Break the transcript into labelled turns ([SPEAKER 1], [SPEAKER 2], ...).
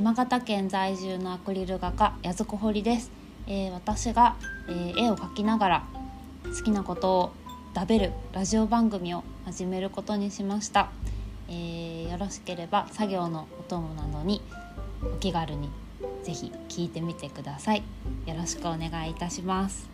[SPEAKER 1] 山形県在住のアクリル画家矢津小堀です。私が、絵を描きながら好きなことを食べるラジオ番組を始めることにしました。よろしければ作業のお供などにお気軽にぜひ聞いてみてください。よろしくお願いいたします。